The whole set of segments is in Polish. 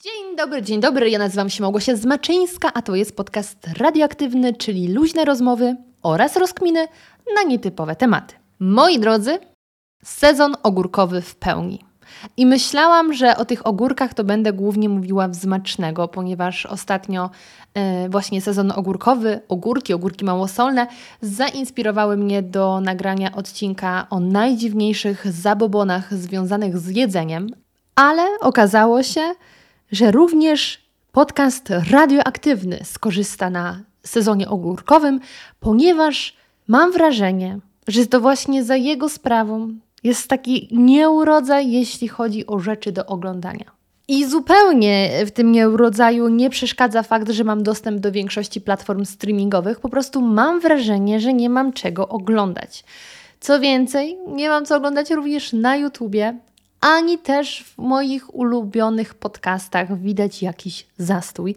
Dzień dobry, ja nazywam się Małgosia Zmaczyńska, a to jest podcast radioaktywny, czyli luźne rozmowy oraz rozkminy na nietypowe tematy. Moi drodzy, sezon ogórkowy w pełni. I myślałam, że o tych ogórkach to będę głównie mówiła w Smacznego, ponieważ ostatnio właśnie sezon ogórkowy, ogórki małosolne zainspirowały mnie do nagrania odcinka o najdziwniejszych zabobonach związanych z jedzeniem, ale okazało się, że również podcast radioaktywny skorzysta na sezonie ogórkowym, ponieważ mam wrażenie, że to właśnie za jego sprawą jest taki nieurodzaj, jeśli chodzi o rzeczy do oglądania. I zupełnie w tym nieurodzaju nie przeszkadza fakt, że mam dostęp do większości platform streamingowych. Po prostu mam wrażenie, że nie mam czego oglądać. Co więcej, nie mam co oglądać również na YouTubie, ani też w moich ulubionych podcastach widać jakiś zastój.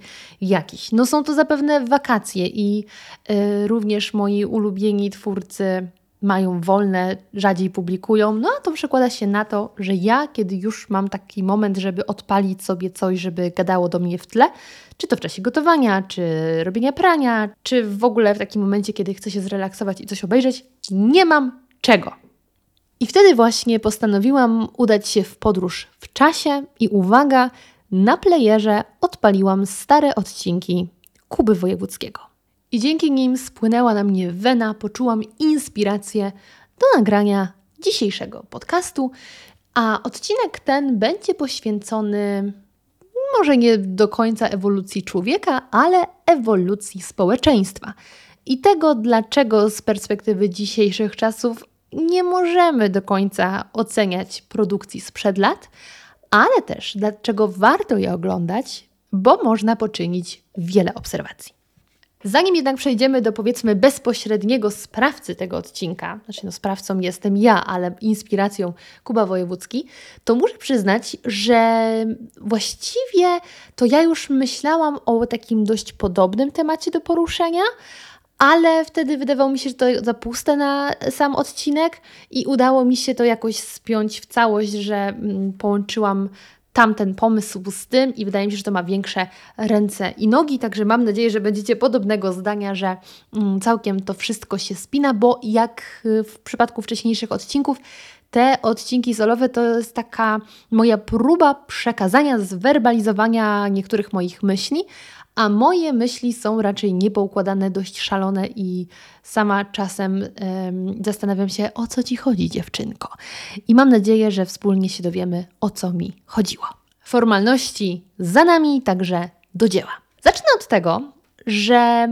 No są to zapewne wakacje i również moi ulubieni twórcy mają wolne, rzadziej publikują. No a to przekłada się na to, że ja, kiedy już mam taki moment, żeby odpalić sobie coś, żeby gadało do mnie w tle, czy to w czasie gotowania, czy robienia prania, czy w ogóle w takim momencie, kiedy chcę się zrelaksować i coś obejrzeć, nie mam czego. I wtedy właśnie postanowiłam udać się w podróż w czasie i uwaga, na playerze odpaliłam stare odcinki Kuby Wojewódzkiego. I dzięki nim spłynęła na mnie wena, poczułam inspirację do nagrania dzisiejszego podcastu, a odcinek ten będzie poświęcony może nie do końca ewolucji człowieka, ale ewolucji społeczeństwa. I tego, dlaczego z perspektywy dzisiejszych czasów nie możemy do końca oceniać produkcji sprzed lat, ale też dlaczego warto je oglądać, bo można poczynić wiele obserwacji. Zanim jednak przejdziemy do powiedzmy bezpośredniego sprawcy tego odcinka, sprawcą jestem ja, ale inspiracją Kuba Wojewódzki, to muszę przyznać, że właściwie to ja już myślałam o takim dość podobnym temacie do poruszenia, ale wtedy wydawało mi się, że to za puste na sam odcinek i udało mi się to jakoś spiąć w całość, że połączyłam tamten pomysł z tym i wydaje mi się, że to ma większe ręce i nogi, także mam nadzieję, że będziecie podobnego zdania, że całkiem to wszystko się spina, bo jak w przypadku wcześniejszych odcinków, te odcinki solowe to jest taka moja próba przekazania, zwerbalizowania niektórych moich myśli, a moje myśli są raczej niepoukładane, dość szalone i sama czasem zastanawiam się, o co Ci chodzi, dziewczynko. I mam nadzieję, że wspólnie się dowiemy, o co mi chodziło. Formalności za nami, także do dzieła. Zacznę od tego, że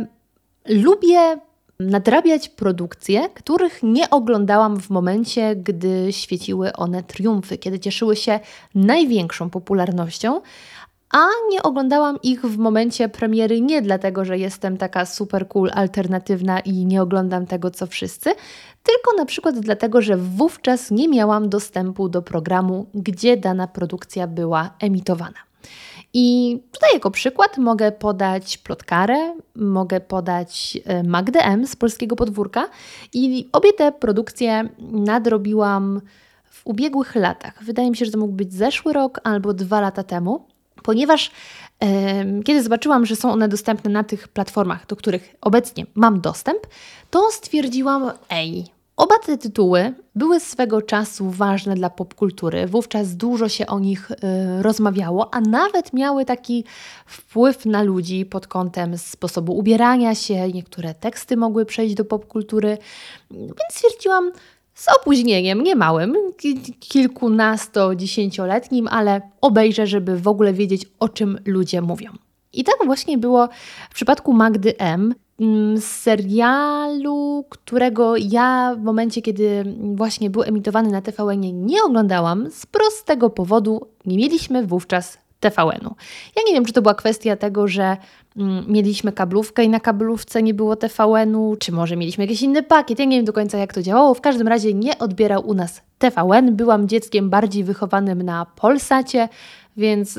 lubię nadrabiać produkcje, których nie oglądałam w momencie, gdy świeciły one triumfy, kiedy cieszyły się największą popularnością, a nie oglądałam ich w momencie premiery nie dlatego, że jestem taka super cool, alternatywna i nie oglądam tego, co wszyscy, tylko na przykład dlatego, że wówczas nie miałam dostępu do programu, gdzie dana produkcja była emitowana. I tutaj jako przykład mogę podać Plotkarę, mogę podać Magdę M. z Polskiego Podwórka i obie te produkcje nadrobiłam w ubiegłych latach. Wydaje mi się, że to mógł być zeszły rok albo 2 lata temu. Ponieważ kiedy zobaczyłam, że są one dostępne na tych platformach, do których obecnie mam dostęp, to stwierdziłam, oba te tytuły były swego czasu ważne dla popkultury. Wówczas dużo się o nich rozmawiało, a nawet miały taki wpływ na ludzi pod kątem sposobu ubierania się. Niektóre teksty mogły przejść do popkultury, więc stwierdziłam, z opóźnieniem, nie małym, kilkunasto-dziesięcioletnim, ale obejrzę, żeby w ogóle wiedzieć, o czym ludzie mówią. I tak właśnie było w przypadku Magdy M., z serialu, którego ja w momencie, kiedy właśnie był emitowany na TVN-ie, nie oglądałam z prostego powodu, nie mieliśmy wówczas TVN-u. Ja nie wiem, czy to była kwestia tego, że mieliśmy kablówkę i na kablówce nie było TVN-u, czy może mieliśmy jakiś inny pakiet. Ja nie wiem do końca, jak to działało. W każdym razie nie odbierał u nas TVN. Byłam dzieckiem bardziej wychowanym na Polsacie, więc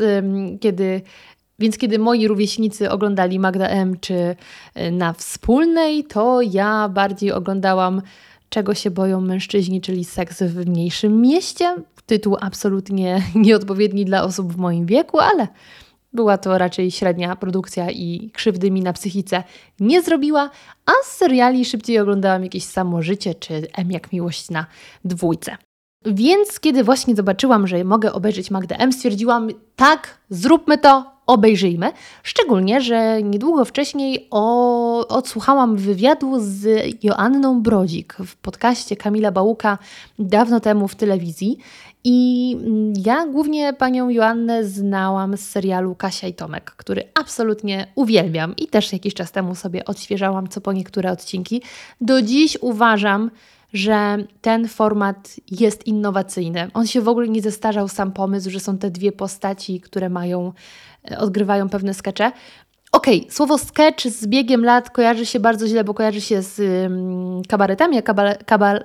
kiedy moi rówieśnicy oglądali Magda M. czy na Wspólnej, to ja bardziej oglądałam Czego się boją mężczyźni, czyli Seks w mniejszym mieście. Tytuł absolutnie nieodpowiedni dla osób w moim wieku, ale była to raczej średnia produkcja i krzywdy mi na psychice nie zrobiła, a z seriali szybciej oglądałam jakieś Samo życie czy M jak miłość na dwójce. Więc kiedy właśnie zobaczyłam, że mogę obejrzeć Magdę M, stwierdziłam, tak, zróbmy to, obejrzyjmy. Szczególnie, że niedługo wcześniej odsłuchałam wywiadu z Joanną Brodzik w podcaście Kamila Bałuka dawno temu w telewizji. I ja głównie panią Joannę znałam z serialu Kasia i Tomek, który absolutnie uwielbiam i też jakiś czas temu sobie odświeżałam co po niektóre odcinki. Do dziś uważam, że ten format jest innowacyjny. On się w ogóle nie zestarzał, sam pomysł, że są te dwie postaci, które odgrywają pewne skecze. Okej, słowo sketch z biegiem lat kojarzy się bardzo źle, bo kojarzy się z kabaretami, a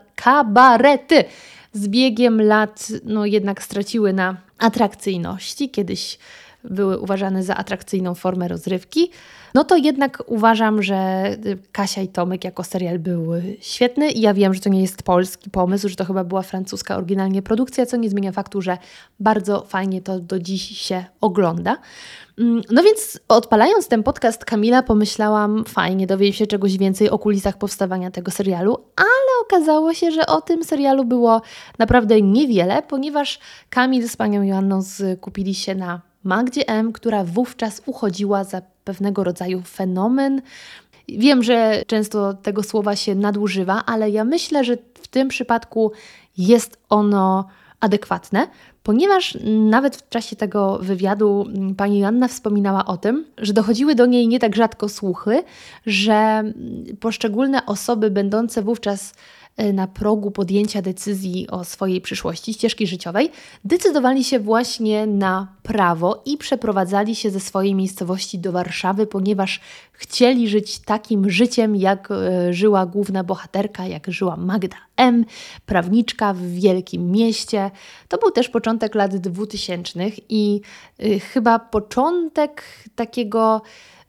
kabarety z biegiem lat jednak straciły na atrakcyjności. Kiedyś były uważane za atrakcyjną formę rozrywki. No to jednak uważam, że Kasia i Tomek jako serial był świetny i ja wiem, że to nie jest polski pomysł, że to chyba była francuska oryginalnie produkcja, co nie zmienia faktu, że bardzo fajnie to do dziś się ogląda. No więc odpalając ten podcast Kamila pomyślałam, fajnie, dowiem się czegoś więcej o kulisach powstawania tego serialu, ale okazało się, że o tym serialu było naprawdę niewiele, ponieważ Kamil z panią Joanną skupili się na Magdzie M, która wówczas uchodziła za pewnego rodzaju fenomen. Wiem, że często tego słowa się nadużywa, ale ja myślę, że w tym przypadku jest ono adekwatne, ponieważ nawet w czasie tego wywiadu pani Joanna wspominała o tym, że dochodziły do niej nie tak rzadko słuchy, że poszczególne osoby będące wówczas na progu podjęcia decyzji o swojej przyszłości, ścieżki życiowej, decydowali się właśnie na prawo i przeprowadzali się ze swojej miejscowości do Warszawy, ponieważ chcieli żyć takim życiem, jak żyła główna bohaterka, jak żyła Magda M., prawniczka w wielkim mieście. To był też początek lat 2000 i chyba początek takiego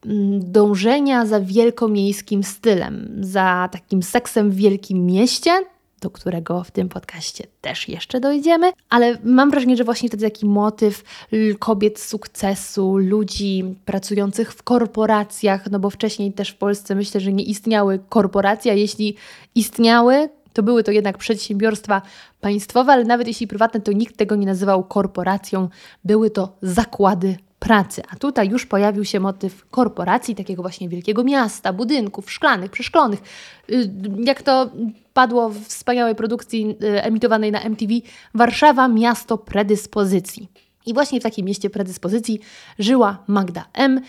dążenia za wielkomiejskim stylem, za takim seksem w wielkim mieście, do którego w tym podcaście też jeszcze dojdziemy, ale mam wrażenie, że właśnie wtedy taki motyw kobiet sukcesu, ludzi pracujących w korporacjach, no bo wcześniej też w Polsce myślę, że nie istniały korporacje, a jeśli istniały, to były to jednak przedsiębiorstwa państwowe, ale nawet jeśli prywatne, to nikt tego nie nazywał korporacją, były to zakłady pracy. A tutaj już pojawił się motyw korporacji, takiego właśnie wielkiego miasta, budynków szklanych, przeszklonych. Jak to padło w wspaniałej produkcji emitowanej na MTV, Warszawa, miasto predyspozycji. I właśnie w takim mieście predyspozycji żyła Magda M.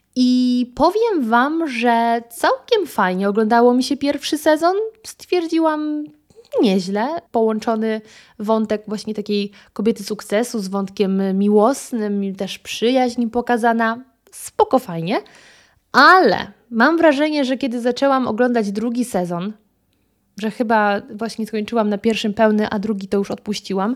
I powiem Wam, że całkiem fajnie oglądało mi się pierwszy sezon. Stwierdziłam, nieźle. Połączony wątek właśnie takiej kobiety sukcesu z wątkiem miłosnym, też przyjaźń pokazana. Spoko fajnie. Ale mam wrażenie, że kiedy zaczęłam oglądać drugi sezon, że chyba właśnie skończyłam na pierwszym pełny, a drugi to już odpuściłam.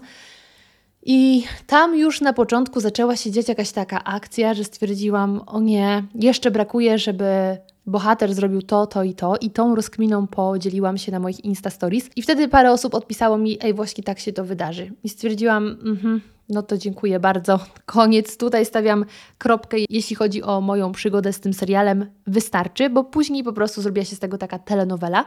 I tam już na początku zaczęła się dziać jakaś taka akcja, że stwierdziłam, o nie, jeszcze brakuje, żeby bohater zrobił to i tą rozkminą podzieliłam się na moich Insta Stories. I wtedy parę osób odpisało mi, ej, właśnie tak się to wydarzy. I stwierdziłam, no to dziękuję bardzo, koniec, tutaj stawiam kropkę, jeśli chodzi o moją przygodę z tym serialem, wystarczy, bo później po prostu zrobiła się z tego taka telenowela.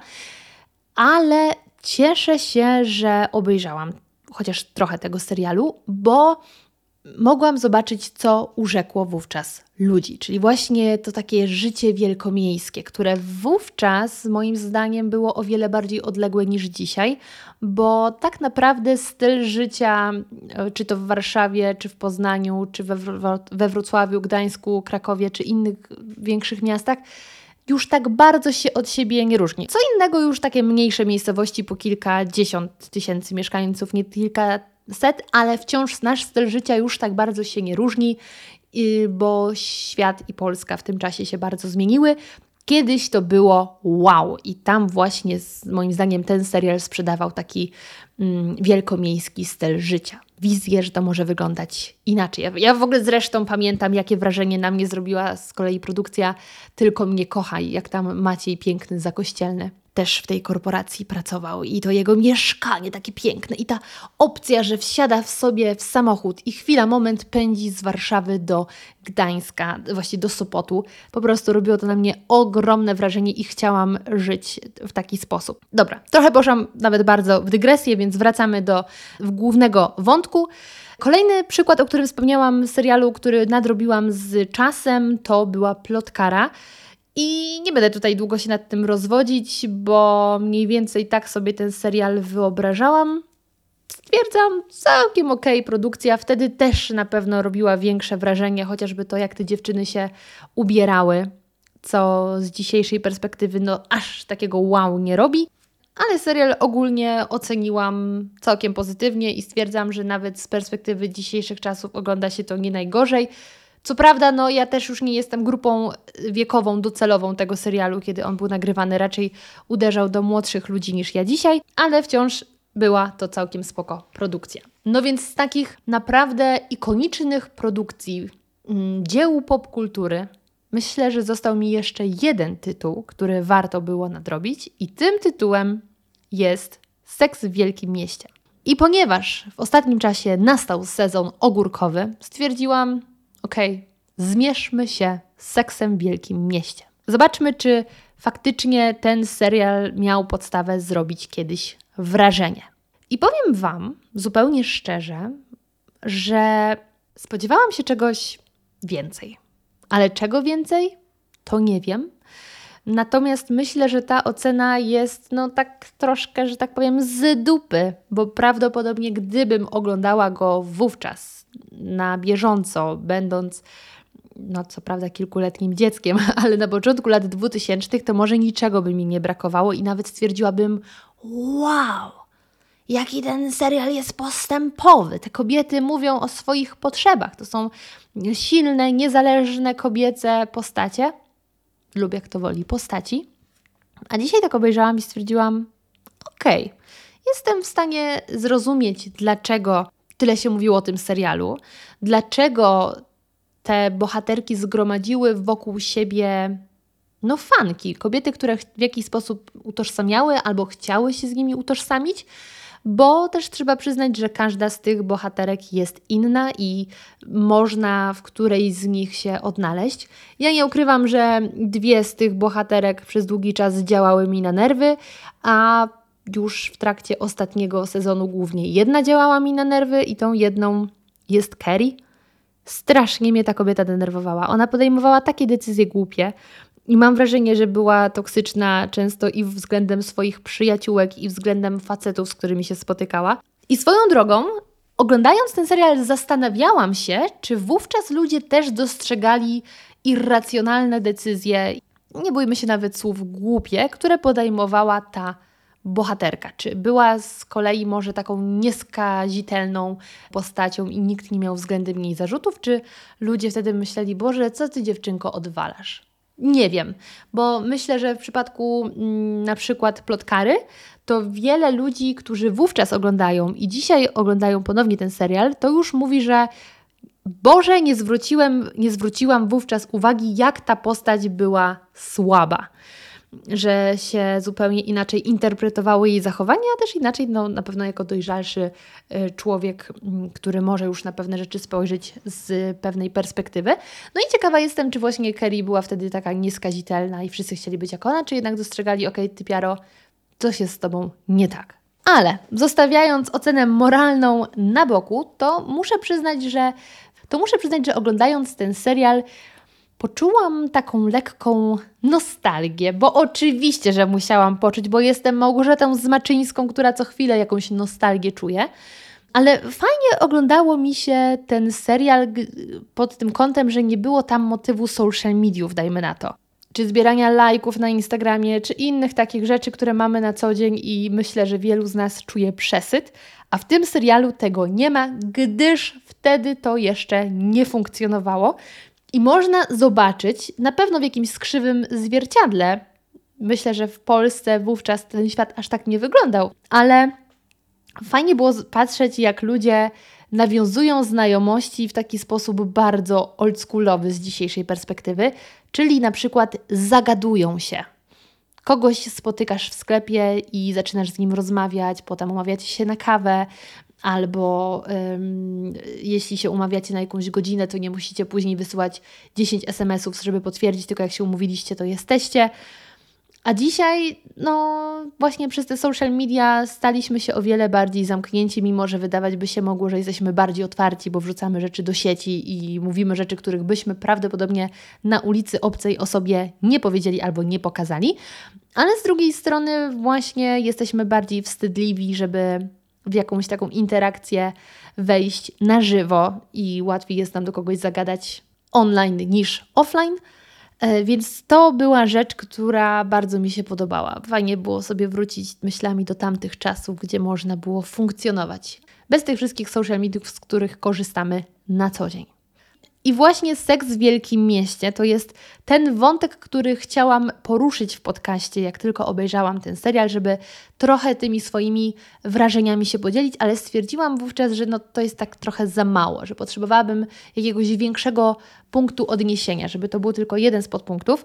Ale cieszę się, że obejrzałam chociaż trochę tego serialu, bo mogłam zobaczyć, co urzekło wówczas ludzi. Czyli właśnie to takie życie wielkomiejskie, które wówczas moim zdaniem było o wiele bardziej odległe niż dzisiaj, bo tak naprawdę styl życia, czy to w Warszawie, czy w Poznaniu, czy we Wrocławiu, Gdańsku, Krakowie, czy innych większych miastach, już tak bardzo się od siebie nie różni. Co innego już takie mniejsze miejscowości po kilkadziesiąt tysięcy mieszkańców, nie kilkaset, ale wciąż nasz styl życia już tak bardzo się nie różni, bo świat i Polska w tym czasie się bardzo zmieniły. Kiedyś to było wow i tam właśnie moim zdaniem ten serial sprzedawał taki wielkomiejski styl życia. Wizję, że to może wyglądać inaczej. Ja w ogóle zresztą pamiętam, jakie wrażenie na mnie zrobiła z kolei produkcja Tylko mnie kochaj, jak tam Maciej Piękny Zakościelny też w tej korporacji pracował i to jego mieszkanie takie piękne i ta opcja, że wsiada sobie w samochód i moment pędzi z Warszawy do Gdańska, właściwie do Sopotu. Po prostu robiło to na mnie ogromne wrażenie i chciałam żyć w taki sposób. Dobra, trochę poszłam nawet bardzo w dygresję, więc wracamy do głównego wątku. Kolejny przykład, o którym wspomniałam, serialu, który nadrobiłam z czasem, to była Plotkara. I nie będę tutaj długo się nad tym rozwodzić, bo mniej więcej tak sobie ten serial wyobrażałam. Stwierdzam, całkiem okej produkcja. Wtedy też na pewno robiła większe wrażenie, chociażby to, jak te dziewczyny się ubierały, co z dzisiejszej perspektywy aż takiego wow nie robi. Ale serial ogólnie oceniłam całkiem pozytywnie i stwierdzam, że nawet z perspektywy dzisiejszych czasów ogląda się to nie najgorzej. Co prawda, ja też już nie jestem grupą wiekową docelową tego serialu, kiedy on był nagrywany. Raczej uderzał do młodszych ludzi niż ja dzisiaj, ale wciąż była to całkiem spoko produkcja. No więc z takich naprawdę ikonicznych produkcji, dzieł popkultury, myślę, że został mi jeszcze jeden tytuł, który warto było nadrobić i tym tytułem jest Seks w Wielkim Mieście. I ponieważ w ostatnim czasie nastał sezon ogórkowy, stwierdziłam, zmierzmy się z Seksem w Wielkim Mieście. Zobaczmy, czy faktycznie ten serial miał podstawę zrobić kiedyś wrażenie. I powiem Wam zupełnie szczerze, że spodziewałam się czegoś więcej. Ale czego więcej? To nie wiem. Natomiast myślę, że ta ocena jest tak troszkę, że tak powiem, z dupy, bo prawdopodobnie gdybym oglądała go wówczas na bieżąco, będąc co prawda kilkuletnim dzieckiem, ale na początku lat 2000, to może niczego by mi nie brakowało i nawet stwierdziłabym, wow, jaki ten serial jest postępowy. Te kobiety mówią o swoich potrzebach. To są silne, niezależne kobiece postacie. Lub jak to woli, postaci. A dzisiaj tak obejrzałam i stwierdziłam, jestem w stanie zrozumieć, dlaczego tyle się mówiło o tym serialu, dlaczego te bohaterki zgromadziły wokół siebie fanki, kobiety, które w jakiś sposób utożsamiały albo chciały się z nimi utożsamić, bo też trzeba przyznać, że każda z tych bohaterek jest inna i można w którejś z nich się odnaleźć. Ja nie ukrywam, że dwie z tych bohaterek przez długi czas działały mi na nerwy, a już w trakcie ostatniego sezonu głównie jedna działała mi na nerwy i tą jedną jest Carrie. Strasznie mnie ta kobieta denerwowała. Ona podejmowała takie decyzje głupie i mam wrażenie, że była toksyczna często i względem swoich przyjaciółek i względem facetów, z którymi się spotykała. I swoją drogą, oglądając ten serial, zastanawiałam się, czy wówczas ludzie też dostrzegali irracjonalne decyzje, nie bójmy się nawet słów głupie, które podejmowała ta bohaterka. Czy była z kolei może taką nieskazitelną postacią i nikt nie miał względem niej zarzutów, czy ludzie wtedy myśleli, Boże, co ty dziewczynko odwalasz? Nie wiem, bo myślę, że w przypadku na przykład Plotkary, to wiele ludzi, którzy wówczas oglądają i dzisiaj oglądają ponownie ten serial, to już mówi, że Boże, nie zwróciłam wówczas uwagi, jak ta postać była słaba. Że się zupełnie inaczej interpretowało jej zachowanie, a też inaczej na pewno jako dojrzalszy człowiek, który może już na pewne rzeczy spojrzeć z pewnej perspektywy. No i ciekawa jestem, czy właśnie Carrie była wtedy taka nieskazitelna i wszyscy chcieli być jak ona, czy jednak dostrzegali, typiaro, coś jest z tobą nie tak. Ale zostawiając ocenę moralną na boku, to muszę przyznać, że oglądając ten serial poczułam taką lekką nostalgię, bo oczywiście, że musiałam poczuć, bo jestem Małgorzatą Zmaczyńską, która co chwilę jakąś nostalgię czuje. Ale fajnie oglądało mi się ten serial pod tym kątem, że nie było tam motywu social mediów, dajmy na to. Czy zbierania lajków na Instagramie, czy innych takich rzeczy, które mamy na co dzień i myślę, że wielu z nas czuje przesyt. A w tym serialu tego nie ma, gdyż wtedy to jeszcze nie funkcjonowało. I można zobaczyć, na pewno w jakimś skrzywym zwierciadle, myślę, że w Polsce wówczas ten świat aż tak nie wyglądał, ale fajnie było patrzeć, jak ludzie nawiązują znajomości w taki sposób bardzo oldschoolowy z dzisiejszej perspektywy, czyli na przykład zagadują się. kogoś spotykasz w sklepie i zaczynasz z nim rozmawiać, potem umawiacie się na kawę, albo jeśli się umawiacie na jakąś godzinę, to nie musicie później wysyłać 10 SMS-ów, żeby potwierdzić, tylko jak się umówiliście, to jesteście. A dzisiaj, właśnie przez te social media staliśmy się o wiele bardziej zamknięci, mimo że wydawać by się mogło, że jesteśmy bardziej otwarci, bo wrzucamy rzeczy do sieci i mówimy rzeczy, których byśmy prawdopodobnie na ulicy obcej osobie nie powiedzieli albo nie pokazali. Ale z drugiej strony właśnie jesteśmy bardziej wstydliwi, żeby w jakąś taką interakcję wejść na żywo i łatwiej jest nam do kogoś zagadać online niż offline. Więc to była rzecz, która bardzo mi się podobała. Fajnie było sobie wrócić myślami do tamtych czasów, gdzie można było funkcjonować bez tych wszystkich social mediów, z których korzystamy na co dzień. I właśnie Seks w Wielkim Mieście to jest ten wątek, który chciałam poruszyć w podcaście, jak tylko obejrzałam ten serial, żeby trochę tymi swoimi wrażeniami się podzielić, ale stwierdziłam wówczas, że to jest tak trochę za mało, że potrzebowałabym jakiegoś większego punktu odniesienia, żeby to był tylko jeden z podpunktów.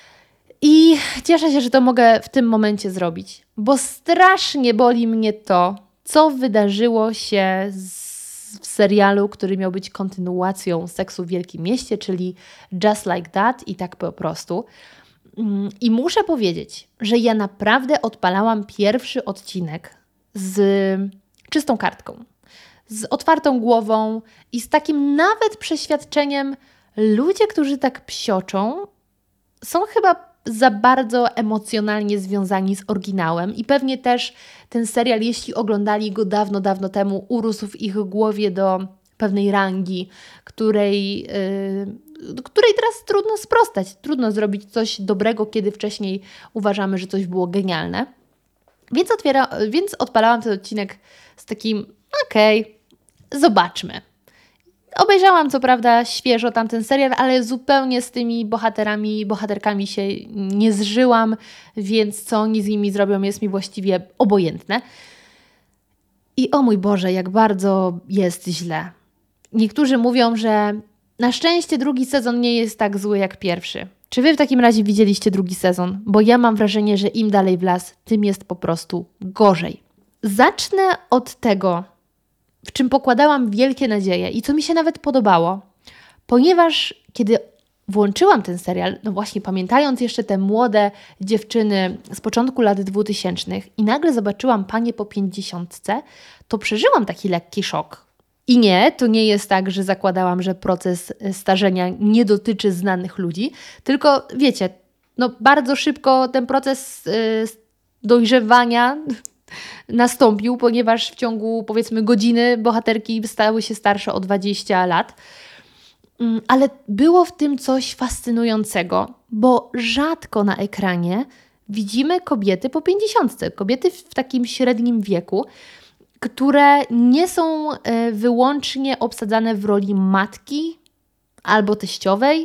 I cieszę się, że to mogę w tym momencie zrobić, bo strasznie boli mnie to, co wydarzyło się w serialu, który miał być kontynuacją Seksu w Wielkim Mieście, czyli Just Like That i tak po prostu. I muszę powiedzieć, że ja naprawdę odpalałam pierwszy odcinek z czystą kartką, z otwartą głową i z takim nawet przeświadczeniem, ludzie, którzy tak psioczą, są chyba za bardzo emocjonalnie związani z oryginałem i pewnie też ten serial, jeśli oglądali go dawno, dawno temu, urósł w ich głowie do pewnej rangi, której teraz trudno sprostać. Trudno zrobić coś dobrego, kiedy wcześniej uważamy, że coś było genialne. Więc odpalałam ten odcinek z takim zobaczmy. Obejrzałam co prawda świeżo tamten serial, ale zupełnie z tymi bohaterkami się nie zżyłam, więc co oni z nimi zrobią jest mi właściwie obojętne. I o mój Boże, jak bardzo jest źle. Niektórzy mówią, że na szczęście drugi sezon nie jest tak zły jak pierwszy. Czy Wy w takim razie widzieliście drugi sezon? Bo ja mam wrażenie, że im dalej w las, tym jest po prostu gorzej. Zacznę od tego, w czym pokładałam wielkie nadzieje i co mi się nawet podobało, ponieważ kiedy włączyłam ten serial, właśnie pamiętając jeszcze te młode dziewczyny z początku lat 2000 i nagle zobaczyłam panie po 50, to przeżyłam taki lekki szok. I nie, to nie jest tak, że zakładałam, że proces starzenia nie dotyczy znanych ludzi, tylko wiecie, bardzo szybko ten proces dojrzewania nastąpił, ponieważ w ciągu powiedzmy godziny bohaterki stały się starsze o 20 lat. Ale było w tym coś fascynującego, bo rzadko na ekranie widzimy kobiety po 50, kobiety w takim średnim wieku, które nie są wyłącznie obsadzane w roli matki albo teściowej.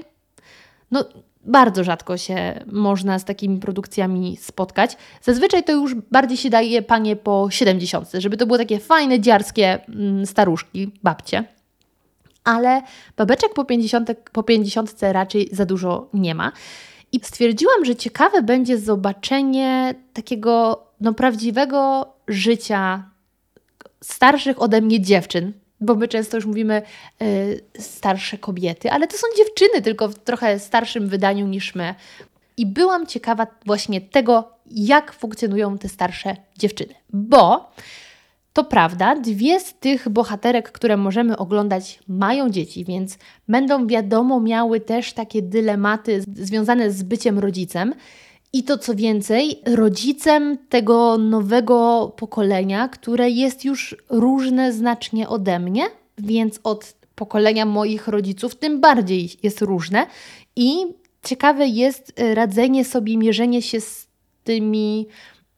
Bardzo rzadko się można z takimi produkcjami spotkać. Zazwyczaj to już bardziej się daje panie po 70, żeby to były takie fajne, dziarskie staruszki, babcie. Ale babeczek po 50 raczej za dużo nie ma. I stwierdziłam, że ciekawe będzie zobaczenie takiego prawdziwego życia starszych ode mnie dziewczyn, bo my często już mówimy starsze kobiety, ale to są dziewczyny, tylko w trochę starszym wydaniu niż my. I byłam ciekawa właśnie tego, jak funkcjonują te starsze dziewczyny. Bo to prawda, dwie z tych bohaterek, które możemy oglądać, mają dzieci, więc będą wiadomo miały też takie dylematy związane z byciem rodzicem. I to co więcej, rodzicem tego nowego pokolenia, które jest już różne znacznie ode mnie, więc od pokolenia moich rodziców tym bardziej jest różne. I ciekawe jest radzenie sobie, mierzenie się z tymi,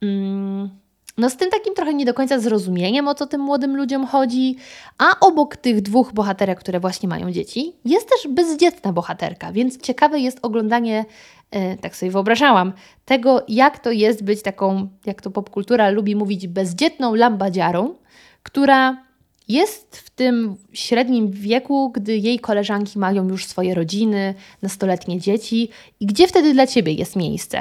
z tym takim trochę nie do końca zrozumieniem, o co tym młodym ludziom chodzi. A obok tych dwóch bohaterek, które właśnie mają dzieci, jest też bezdzietna bohaterka, więc ciekawe jest oglądanie, tak sobie wyobrażałam, tego, jak to jest być taką, jak to popkultura lubi mówić, bezdzietną lambadziarą, która jest w tym średnim wieku, gdy jej koleżanki mają już swoje rodziny, nastoletnie dzieci. I gdzie wtedy dla Ciebie jest miejsce?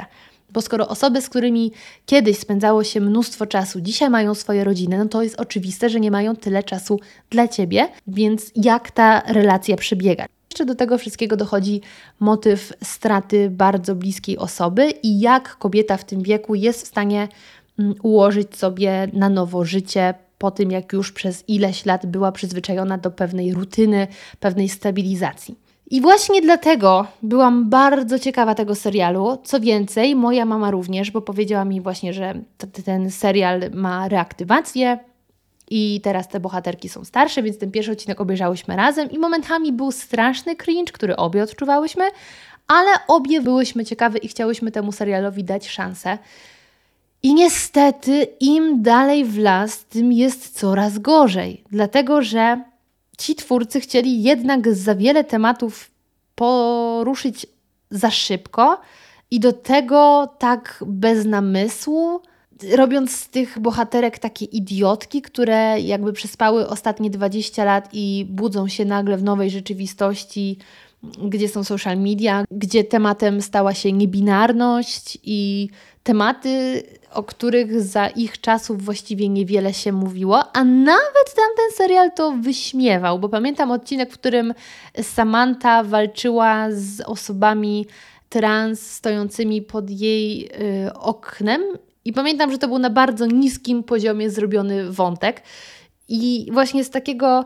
Bo skoro osoby, z którymi kiedyś spędzało się mnóstwo czasu, dzisiaj mają swoje rodziny, no to jest oczywiste, że nie mają tyle czasu dla Ciebie, więc jak ta relacja przebiega? Jeszcze do tego wszystkiego dochodzi motyw straty bardzo bliskiej osoby i jak kobieta w tym wieku jest w stanie ułożyć sobie na nowo życie po tym, jak już przez ileś lat była przyzwyczajona do pewnej rutyny, pewnej stabilizacji. I właśnie dlatego byłam bardzo ciekawa tego serialu. Co więcej, moja mama również, bo powiedziała mi właśnie, że ten serial ma reaktywację i teraz te bohaterki są starsze, więc ten pierwszy odcinek obejrzałyśmy razem i momentami był straszny cringe, który obie odczuwałyśmy, ale obie byłyśmy ciekawe i chciałyśmy temu serialowi dać szansę. I niestety im dalej w las, tym jest coraz gorzej, dlatego że ci twórcy chcieli jednak za wiele tematów poruszyć za szybko i do tego tak bez namysłu, robiąc z tych bohaterek takie idiotki, które jakby przespały ostatnie 20 lat i budzą się nagle w nowej rzeczywistości, gdzie są social media, gdzie tematem stała się niebinarność i tematy, o których za ich czasów właściwie niewiele się mówiło, a nawet tamten serial to wyśmiewał, bo pamiętam odcinek, w którym Samantha walczyła z osobami trans stojącymi pod jej oknem i pamiętam, że to był na bardzo niskim poziomie zrobiony wątek i właśnie z takiego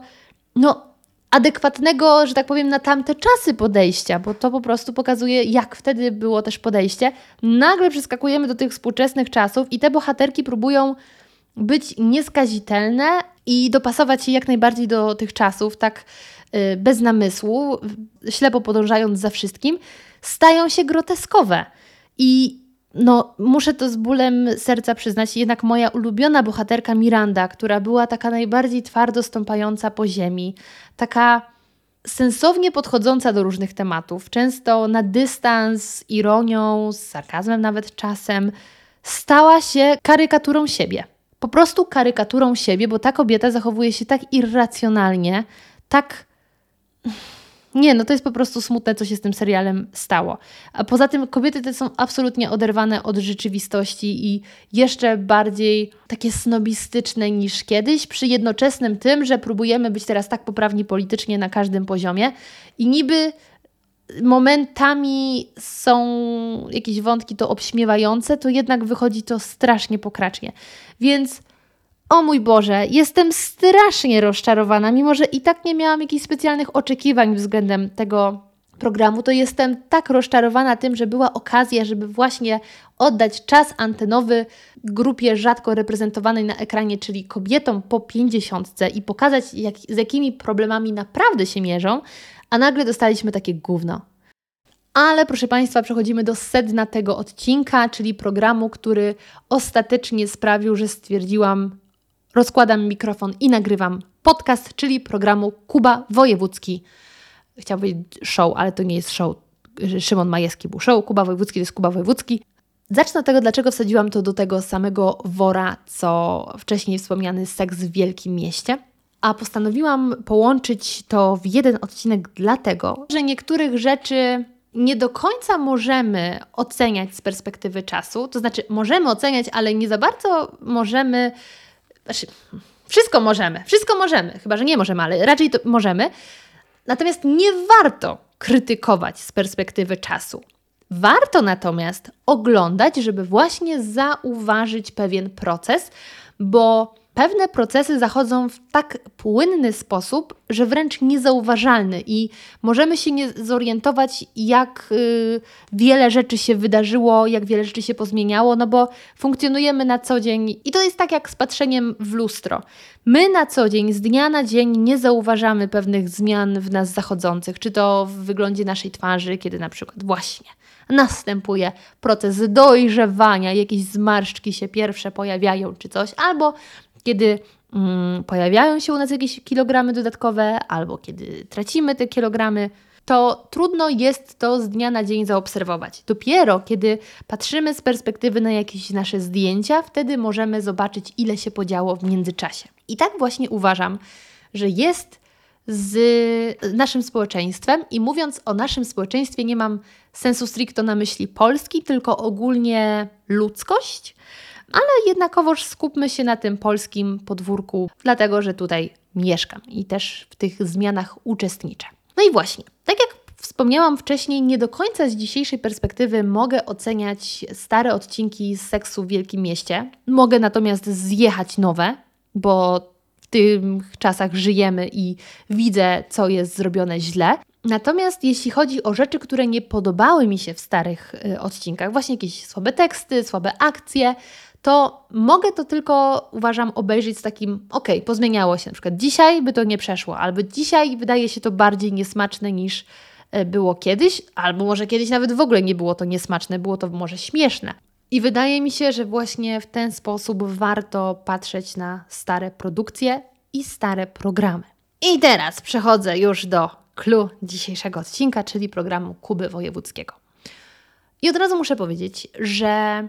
adekwatnego, że tak powiem, na tamte czasy podejścia, bo to po prostu pokazuje, jak wtedy było też podejście. Nagle przeskakujemy do tych współczesnych czasów i te bohaterki próbują być nieskazitelne i dopasować się jak najbardziej do tych czasów, tak bez namysłu, ślepo podążając za wszystkim, stają się groteskowe. I muszę to z bólem serca przyznać, jednak moja ulubiona bohaterka Miranda, która była taka najbardziej twardo stąpająca po ziemi, taka sensownie podchodząca do różnych tematów, często na dystans, z ironią, z sarkazmem nawet czasem, stała się karykaturą siebie. Po prostu karykaturą siebie, bo ta kobieta zachowuje się tak irracjonalnie, tak... to jest po prostu smutne, co się z tym serialem stało. A poza tym kobiety te są absolutnie oderwane od rzeczywistości i jeszcze bardziej takie snobistyczne niż kiedyś, przy jednoczesnym tym, że próbujemy być teraz tak poprawni politycznie na każdym poziomie i niby momentami są jakieś wątki to obśmiewające, to jednak wychodzi to strasznie pokracznie. Więc o mój Boże, jestem strasznie rozczarowana, mimo że i tak nie miałam jakichś specjalnych oczekiwań względem tego programu, to jestem tak rozczarowana tym, że była okazja, żeby właśnie oddać czas antenowy grupie rzadko reprezentowanej na ekranie, czyli kobietom po 50 i pokazać, z jakimi problemami naprawdę się mierzą, a nagle dostaliśmy takie gówno. Ale proszę Państwa, przechodzimy do sedna tego odcinka, czyli programu, który ostatecznie sprawił, że stwierdziłam, rozkładam mikrofon i nagrywam podcast, czyli programu Kuba Wojewódzki. Chciałam powiedzieć show, ale to nie jest show. Szymon Majewski był show, Kuba Wojewódzki to jest Kuba Wojewódzki. Zacznę od tego, dlaczego wsadziłam to do tego samego wora, co wcześniej wspomniany Seks w Wielkim Mieście. A postanowiłam połączyć to w jeden odcinek dlatego, że niektórych rzeczy nie do końca możemy oceniać z perspektywy czasu. To znaczy możemy oceniać, ale nie za bardzo możemy... Wszystko możemy, chyba że nie możemy, ale raczej to możemy. Natomiast nie warto krytykować z perspektywy czasu. Warto natomiast oglądać, żeby właśnie zauważyć pewien proces, bo pewne procesy zachodzą w tak płynny sposób, że wręcz niezauważalny i możemy się nie zorientować, jak wiele rzeczy się wydarzyło, jak wiele rzeczy się pozmieniało, bo funkcjonujemy na co dzień i to jest tak jak z patrzeniem w lustro. My na co dzień, z dnia na dzień nie zauważamy pewnych zmian w nas zachodzących, czy to w wyglądzie naszej twarzy, kiedy na przykład właśnie następuje proces dojrzewania, jakieś zmarszczki się pierwsze pojawiają czy coś, albo kiedy pojawiają się u nas jakieś kilogramy dodatkowe, albo kiedy tracimy te kilogramy, to trudno jest to z dnia na dzień zaobserwować. Dopiero kiedy patrzymy z perspektywy na jakieś nasze zdjęcia, wtedy możemy zobaczyć, ile się podziało w międzyczasie. I tak właśnie uważam, że jest z naszym społeczeństwem. I mówiąc o naszym społeczeństwie, nie mam sensu stricto na myśli Polski, tylko ogólnie ludzkość, ale jednakowoż skupmy się na tym polskim podwórku, dlatego że tutaj mieszkam i też w tych zmianach uczestniczę. No i właśnie, tak jak wspomniałam wcześniej, nie do końca z dzisiejszej perspektywy mogę oceniać stare odcinki z Seksu w Wielkim Mieście. Mogę natomiast zjechać nowe, bo w tych czasach żyjemy i widzę, co jest zrobione źle. Natomiast jeśli chodzi o rzeczy, które nie podobały mi się w starych odcinkach, właśnie jakieś słabe teksty, słabe akcje, to mogę to tylko, uważam, obejrzeć z takim, pozmieniało się. Na przykład dzisiaj by to nie przeszło, albo dzisiaj wydaje się to bardziej niesmaczne niż było kiedyś, albo może kiedyś nawet w ogóle nie było to niesmaczne, było to może śmieszne. I wydaje mi się, że właśnie w ten sposób warto patrzeć na stare produkcje i stare programy. I teraz przechodzę już do clou dzisiejszego odcinka, czyli programu Kuby Wojewódzkiego. I od razu muszę powiedzieć, że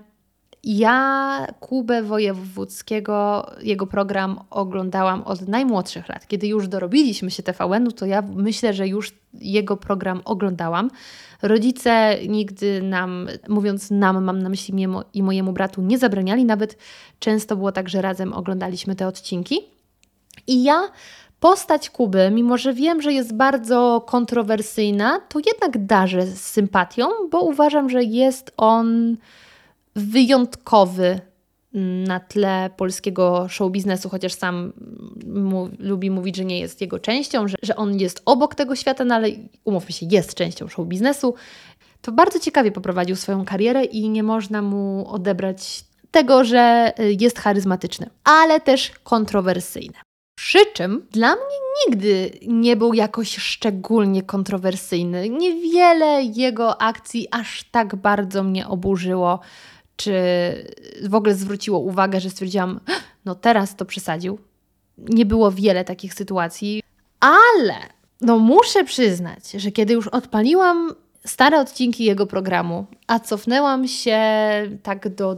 ja Kubę Wojewódzkiego, jego program oglądałam od najmłodszych lat. Kiedy już dorobiliśmy się TVN-u, to ja myślę, że już jego program oglądałam. Rodzice nigdy nam, mówiąc nam, mam na myśli mnie i mojemu bratu, nie zabraniali. Nawet często było tak, że razem oglądaliśmy te odcinki. I ja postać Kuby, mimo że wiem, że jest bardzo kontrowersyjna, to jednak darzę z sympatią, bo uważam, że jest on wyjątkowy na tle polskiego show biznesu, chociaż sam lubi mówić, że nie jest jego częścią, że on jest obok tego świata, no ale umówmy się, jest częścią show biznesu. To bardzo ciekawie poprowadził swoją karierę i nie można mu odebrać tego, że jest charyzmatyczny, ale też kontrowersyjny. Przy czym dla mnie nigdy nie był jakoś szczególnie kontrowersyjny. Niewiele jego akcji aż tak bardzo mnie oburzyło, czy w ogóle zwróciło uwagę, że stwierdziłam, no teraz to przesadził. Nie było wiele takich sytuacji, ale muszę przyznać, że kiedy już odpaliłam stare odcinki jego programu, a cofnęłam się tak do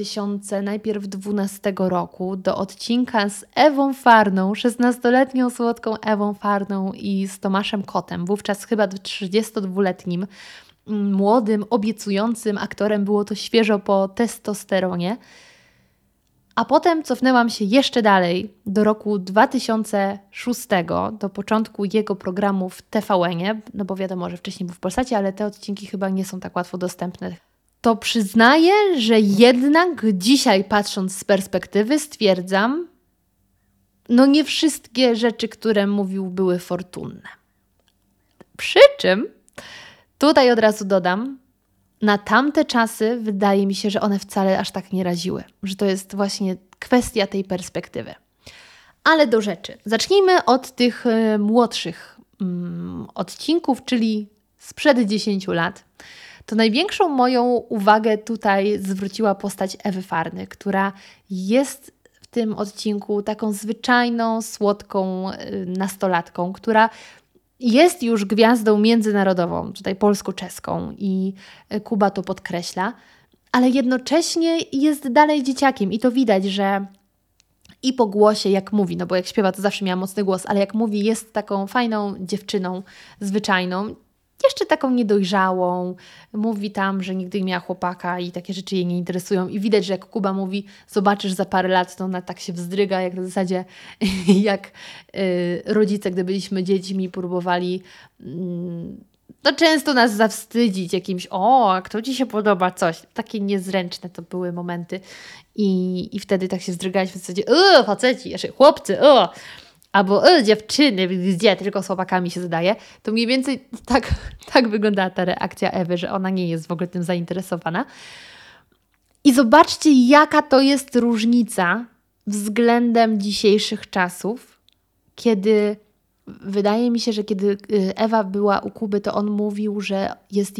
2012 roku, do odcinka z Ewą Farną, 16-letnią słodką Ewą Farną i z Tomaszem Kotem, wówczas chyba 32-letnim, młodym, obiecującym aktorem, było to świeżo po testosteronie. A potem cofnęłam się jeszcze dalej do roku 2006, do początku jego programu w TVN-ie, no bo wiadomo, że wcześniej był w Polsacie, ale te odcinki chyba nie są tak łatwo dostępne. To przyznaję, że jednak dzisiaj, patrząc z perspektywy, stwierdzam, nie wszystkie rzeczy, które mówił, były fortunne. Przy czym, tutaj od razu dodam, na tamte czasy wydaje mi się, że one wcale aż tak nie raziły, że to jest właśnie kwestia tej perspektywy. Ale do rzeczy. Zacznijmy od tych młodszych odcinków, czyli sprzed 10 lat. To największą moją uwagę tutaj zwróciła postać Ewy Farny, która jest w tym odcinku taką zwyczajną, słodką nastolatką, która jest już gwiazdą międzynarodową, tutaj polsko-czeską i Kuba to podkreśla, ale jednocześnie jest dalej dzieciakiem i to widać, że i po głosie, jak mówi, bo jak śpiewa, to zawsze miała mocny głos, ale jak mówi, jest taką fajną dziewczyną, zwyczajną, jeszcze taką niedojrzałą, mówi tam, że nigdy nie miała chłopaka i takie rzeczy jej nie interesują i widać, że jak Kuba mówi, zobaczysz za parę lat, to ona tak się wzdryga, jak na zasadzie jak rodzice, gdy byliśmy dziećmi, próbowali często nas zawstydzić jakimś, a kto Ci się podoba, coś. Takie niezręczne to były momenty i wtedy tak się wzdrygałeś w zasadzie, faceci, jeszcze chłopcy, albo dziewczyny, gdzie tylko z chłopakami się zadaje, to mniej więcej tak wyglądała ta reakcja Ewy, że ona nie jest w ogóle tym zainteresowana. I zobaczcie, jaka to jest różnica względem dzisiejszych czasów, kiedy wydaje mi się, że kiedy Ewa była u Kuby, to on mówił, że jest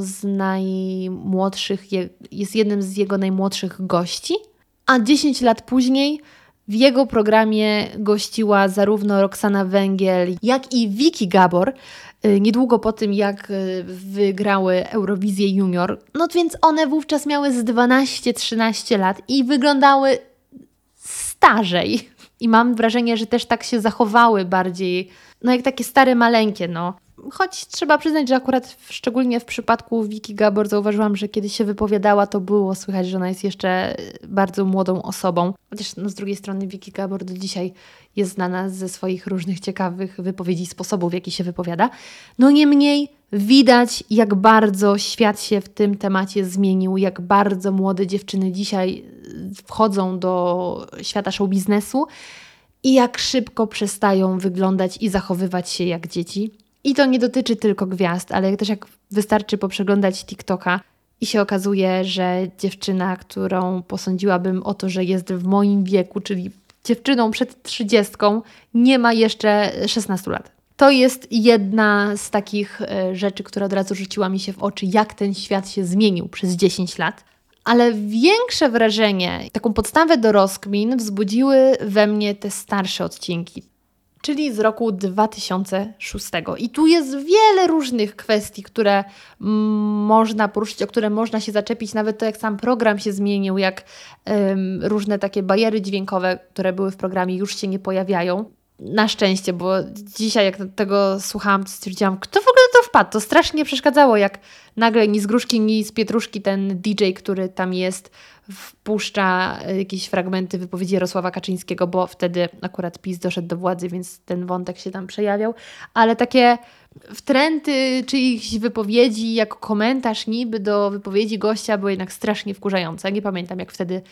jest jednym z jego najmłodszych gości, a 10 lat później w jego programie gościła zarówno Roxana Węgiel, jak i Vicky Gabor, niedługo po tym, jak wygrały Eurowizję Junior. Więc one wówczas miały z 12-13 lat i wyglądały starzej. I mam wrażenie, że też tak się zachowały bardziej, jak takie stare maleńkie, Choć trzeba przyznać, że akurat szczególnie w przypadku Wiki Gabor zauważyłam, że kiedy się wypowiadała, to było słychać, że ona jest jeszcze bardzo młodą osobą. Chociaż z drugiej strony Wiki Gabor do dzisiaj jest znana ze swoich różnych ciekawych wypowiedzi, sposobów, w jaki się wypowiada. Niemniej widać, jak bardzo świat się w tym temacie zmienił, jak bardzo młode dziewczyny dzisiaj wchodzą do świata show biznesu i jak szybko przestają wyglądać i zachowywać się jak dzieci. I to nie dotyczy tylko gwiazd, ale też jak wystarczy poprzeglądać TikToka i się okazuje, że dziewczyna, którą posądziłabym o to, że jest w moim wieku, czyli dziewczyną przed 30, nie ma jeszcze 16 lat. To jest jedna z takich rzeczy, która od razu rzuciła mi się w oczy, jak ten świat się zmienił przez 10 lat. Ale większe wrażenie, taką podstawę do rozkmin wzbudziły we mnie te starsze odcinki, czyli z roku 2006. I tu jest wiele różnych kwestii, które można poruszyć, o które można się zaczepić, nawet to, jak sam program się zmienił, jak różne takie bariery dźwiękowe, które były w programie, już się nie pojawiają. Na szczęście, bo dzisiaj jak tego słuchałam, to stwierdziłam, kto w ogóle to wpadł? To strasznie przeszkadzało, jak nagle ni z gruszki, ni z pietruszki ten DJ, który tam jest, wpuszcza jakieś fragmenty wypowiedzi Jarosława Kaczyńskiego, bo wtedy akurat PiS doszedł do władzy, więc ten wątek się tam przejawiał. Ale takie wtręty czyichś wypowiedzi jako komentarz niby do wypowiedzi gościa były jednak strasznie wkurzające. Nie pamiętam, jak wtedy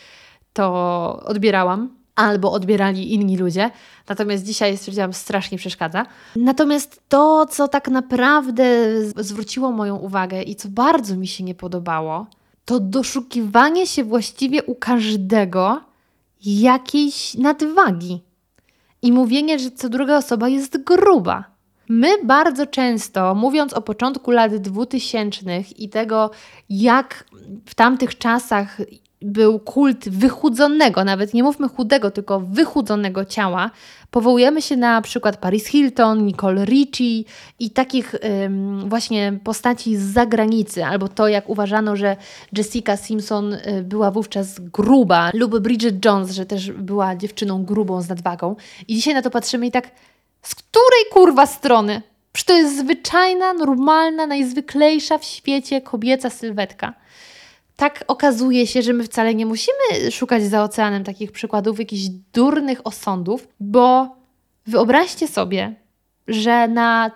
to odbierałam. Albo odbierali inni ludzie. Natomiast dzisiaj, stwierdziłam, strasznie przeszkadza. Natomiast to, co tak naprawdę zwróciło moją uwagę i co bardzo mi się nie podobało, to doszukiwanie się właściwie u każdego jakiejś nadwagi. I mówienie, że co druga osoba jest gruba. My bardzo często, mówiąc o początku lat 2000 i tego, jak w tamtych czasach był kult wychudzonego, nawet nie mówmy chudego, tylko wychudzonego ciała, powołujemy się na przykład Paris Hilton, Nicole Richie i takich właśnie postaci z zagranicy, albo to, jak uważano, że Jessica Simpson była wówczas gruba, lub Bridget Jones, że też była dziewczyną grubą z nadwagą. I dzisiaj na to patrzymy i tak, z której kurwa strony? Przecież to jest zwyczajna, normalna, najzwyklejsza w świecie kobieca sylwetka. Tak okazuje się, że my wcale nie musimy szukać za oceanem takich przykładów, jakichś durnych osądów, bo wyobraźcie sobie, że na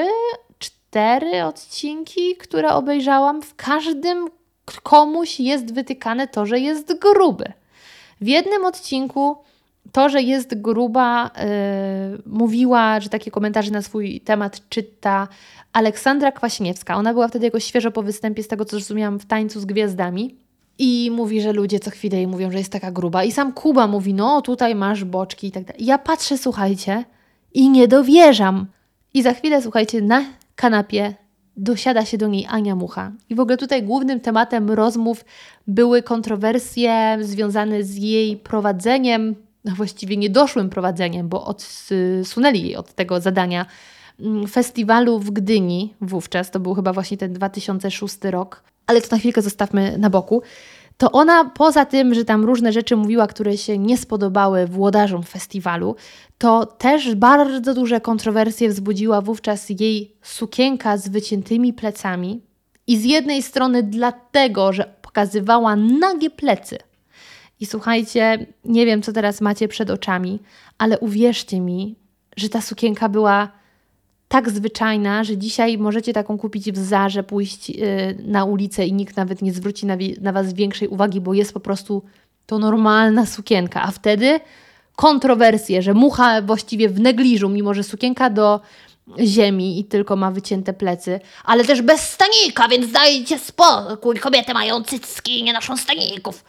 3-4 odcinki, które obejrzałam, w każdym komuś jest wytykane to, że jest gruby. W jednym odcinku to, że jest gruba, mówiła, że takie komentarze na swój temat czyta Aleksandra Kwaśniewska. Ona była wtedy jakoś świeżo po występie, z tego co zrozumiałam, w Tańcu z Gwiazdami. I mówi, że ludzie co chwilę jej mówią, że jest taka gruba. I sam Kuba mówi, no tutaj masz boczki i tak dalej. Ja patrzę, słuchajcie, i nie dowierzam. I za chwilę, słuchajcie, na kanapie dosiada się do niej Ania Mucha. I w ogóle tutaj głównym tematem rozmów były kontrowersje związane z jej prowadzeniem, właściwie niedoszłym prowadzeniem, bo odsunęli jej od tego zadania festiwalu w Gdyni wówczas, to był chyba właśnie ten 2006 rok, ale to na chwilkę zostawmy na boku. To ona poza tym, że tam różne rzeczy mówiła, które się nie spodobały włodarzom festiwalu, to też bardzo duże kontrowersje wzbudziła wówczas jej sukienka z wyciętymi plecami i z jednej strony dlatego, że pokazywała nagie plecy. I słuchajcie, nie wiem, co teraz macie przed oczami, ale uwierzcie mi, że ta sukienka była tak zwyczajna, że dzisiaj możecie taką kupić w Zarze, pójść na ulicę i nikt nawet nie zwróci na Was większej uwagi, bo jest po prostu to normalna sukienka. A wtedy kontrowersje, że Mucha właściwie w negliżu, mimo że sukienka do ziemi i tylko ma wycięte plecy, ale też bez stanika, więc dajcie spokój, kobiety mają cycki i nie noszą staników.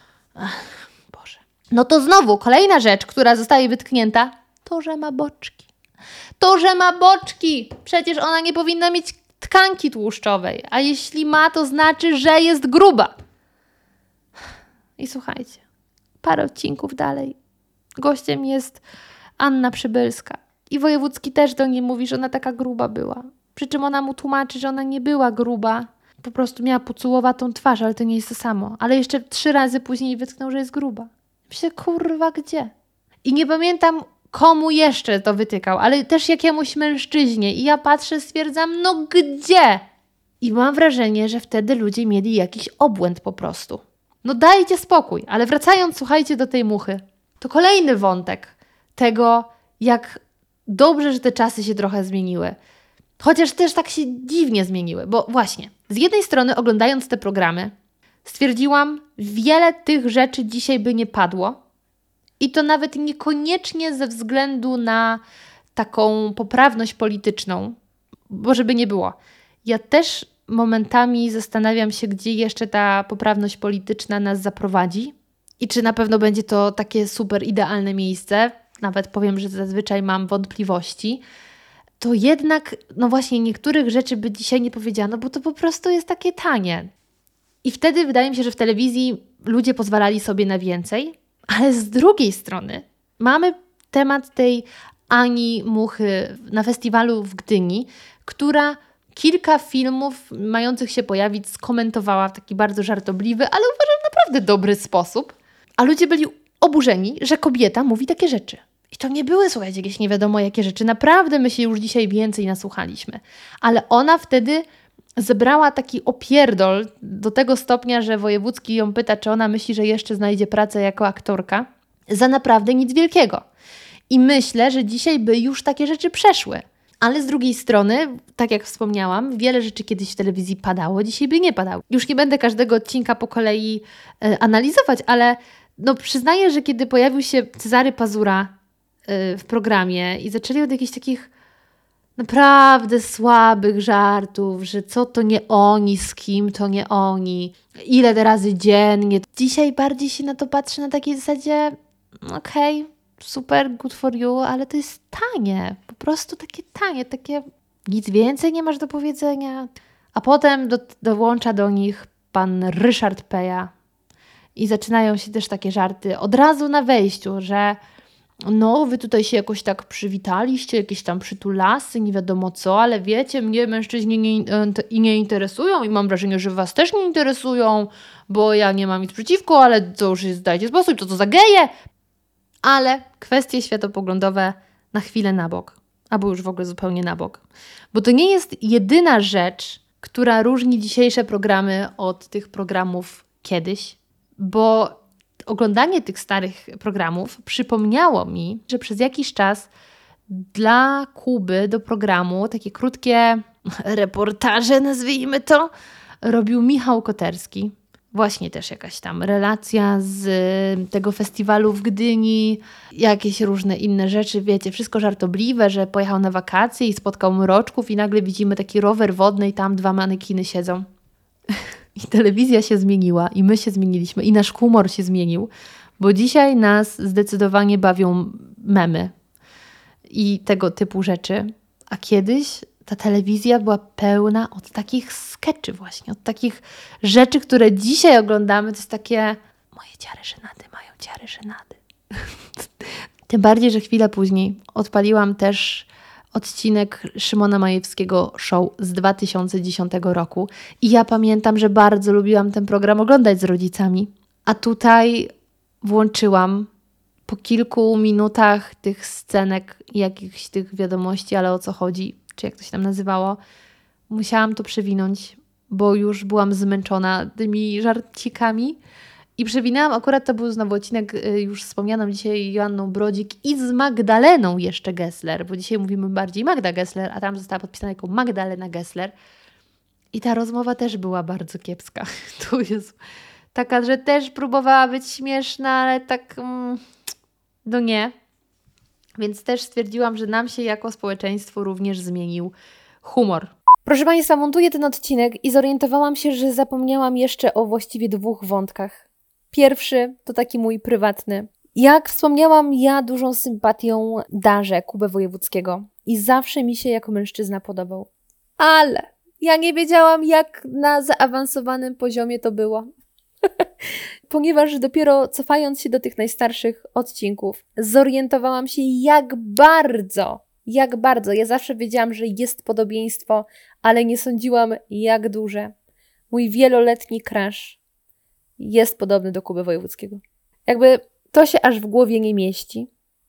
Boże. No to znowu kolejna rzecz, która zostaje wytknięta, to, że ma boczki. To, że ma boczki! Przecież ona nie powinna mieć tkanki tłuszczowej, a jeśli ma, to znaczy, że jest gruba. I słuchajcie, parę odcinków dalej. Gościem jest Anna Przybylska. I Wojewódzki też do niej mówi, że ona taka gruba była. Przy czym ona mu tłumaczy, że ona nie była gruba. Po prostu miała pucułowatą twarz, ale to nie jest to samo. Ale jeszcze 3 razy później wytknął, że jest gruba. Myślę, kurwa, gdzie? I nie pamiętam, komu jeszcze to wytykał, ale też jakiemuś mężczyźnie. I ja patrzę, stwierdzam, no gdzie? I mam wrażenie, że wtedy ludzie mieli jakiś obłęd po prostu. No dajcie spokój, ale wracając, słuchajcie, do tej muchy. To kolejny wątek tego, jak dobrze, że te czasy się trochę zmieniły. Chociaż też tak się dziwnie zmieniły, bo właśnie, z jednej strony oglądając te programy, stwierdziłam, wiele tych rzeczy dzisiaj by nie padło i to nawet niekoniecznie ze względu na taką poprawność polityczną, bo żeby nie było. Ja też momentami zastanawiam się, gdzie jeszcze ta poprawność polityczna nas zaprowadzi i czy na pewno będzie to takie super idealne miejsce. Nawet powiem, że zazwyczaj mam wątpliwości. To jednak, no właśnie, niektórych rzeczy by dzisiaj nie powiedziano, bo to po prostu jest takie tanie. I wtedy wydaje mi się, że w telewizji ludzie pozwalali sobie na więcej, ale z drugiej strony mamy temat tej Ani Muchy na festiwalu w Gdyni, która kilka filmów mających się pojawić skomentowała w taki bardzo żartobliwy, ale uważam naprawdę dobry sposób. A ludzie byli oburzeni, że kobieta mówi takie rzeczy. I to nie były, słuchajcie, jakieś nie wiadomo jakie rzeczy. Naprawdę my się już dzisiaj więcej nasłuchaliśmy. Ale ona wtedy zebrała taki opierdol do tego stopnia, że wojewódzki ją pyta, czy ona myśli, że jeszcze znajdzie pracę jako aktorka. Za naprawdę nic wielkiego. I myślę, że dzisiaj by już takie rzeczy przeszły. Ale z drugiej strony, tak jak wspomniałam, wiele rzeczy kiedyś w telewizji padało, dzisiaj by nie padało. Już nie będę każdego odcinka po kolei analizować, ale no przyznaję, że kiedy pojawił się Cezary Pazura w programie i zaczęli od jakichś takich naprawdę słabych żartów, że co to nie oni, z kim to nie oni, ile razy dziennie. Dzisiaj bardziej się na to patrzy na takiej zasadzie, okej, super, good for you, ale to jest tanie, po prostu takie tanie, takie nic więcej nie masz do powiedzenia. A potem dołącza do nich pan Ryszard Peja i zaczynają się też takie żarty od razu na wejściu, że no, wy tutaj się jakoś tak przywitaliście, jakieś tam przytulasy, nie wiadomo co, ale wiecie, mnie mężczyźni nie interesują i mam wrażenie, że was też nie interesują, bo ja nie mam nic przeciwko, ale to już jest, dajcie sposób, to za geje. Ale kwestie światopoglądowe na chwilę na bok, albo już w ogóle zupełnie na bok. Bo to nie jest jedyna rzecz, która różni dzisiejsze programy od tych programów kiedyś, bo oglądanie tych starych programów przypomniało mi, że przez jakiś czas dla Kuby do programu takie krótkie reportaże, nazwijmy to, robił Michał Koterski. Właśnie też jakaś tam relacja z tego festiwalu w Gdyni, jakieś różne inne rzeczy, wiecie, wszystko żartobliwe, że pojechał na wakacje i spotkał mroczków i nagle widzimy taki rower wodny i tam 2 manekiny siedzą. I telewizja się zmieniła i my się zmieniliśmy i nasz humor się zmienił, bo dzisiaj nas zdecydowanie bawią memy i tego typu rzeczy, a kiedyś ta telewizja była pełna od takich skeczy właśnie, od takich rzeczy, które dzisiaj oglądamy, to jest takie moje ciary żenady mają ciary żenady. Tym bardziej, że chwilę później odpaliłam też odcinek Szymona Majewskiego Show z 2010 roku i ja pamiętam, że bardzo lubiłam ten program oglądać z rodzicami, a tutaj włączyłam po kilku minutach tych scenek, jakichś tych wiadomości, ale o co chodzi, czy jak to się tam nazywało, musiałam to przewinąć, bo już byłam zmęczona tymi żarcikami i przewinęłam, akurat to był znowu odcinek już wspomnianą dzisiaj Joanną Brodzik i z Magdaleną jeszcze Gessler, bo dzisiaj mówimy bardziej Magda Gessler, a tam została podpisana jako Magdalena Gessler i ta rozmowa też była bardzo kiepska. Tu jest taka, że też próbowała być śmieszna, ale tak no nie. Więc też stwierdziłam, że nam się jako społeczeństwo również zmienił humor. Proszę Państwa, montuję ten odcinek i zorientowałam się, że zapomniałam jeszcze o właściwie 2 wątkach. Pierwszy to taki mój prywatny. Jak wspomniałam, ja dużą sympatią darzę Kubę Wojewódzkiego i zawsze mi się jako mężczyzna podobał. Ale ja nie wiedziałam, jak na zaawansowanym poziomie to było. Ponieważ dopiero cofając się do tych najstarszych odcinków, zorientowałam się, jak bardzo. Ja zawsze wiedziałam, że jest podobieństwo, ale nie sądziłam, jak duże. Mój wieloletni crush jest podobny do Kuby Wojewódzkiego. Jakby to się aż w głowie nie mieści.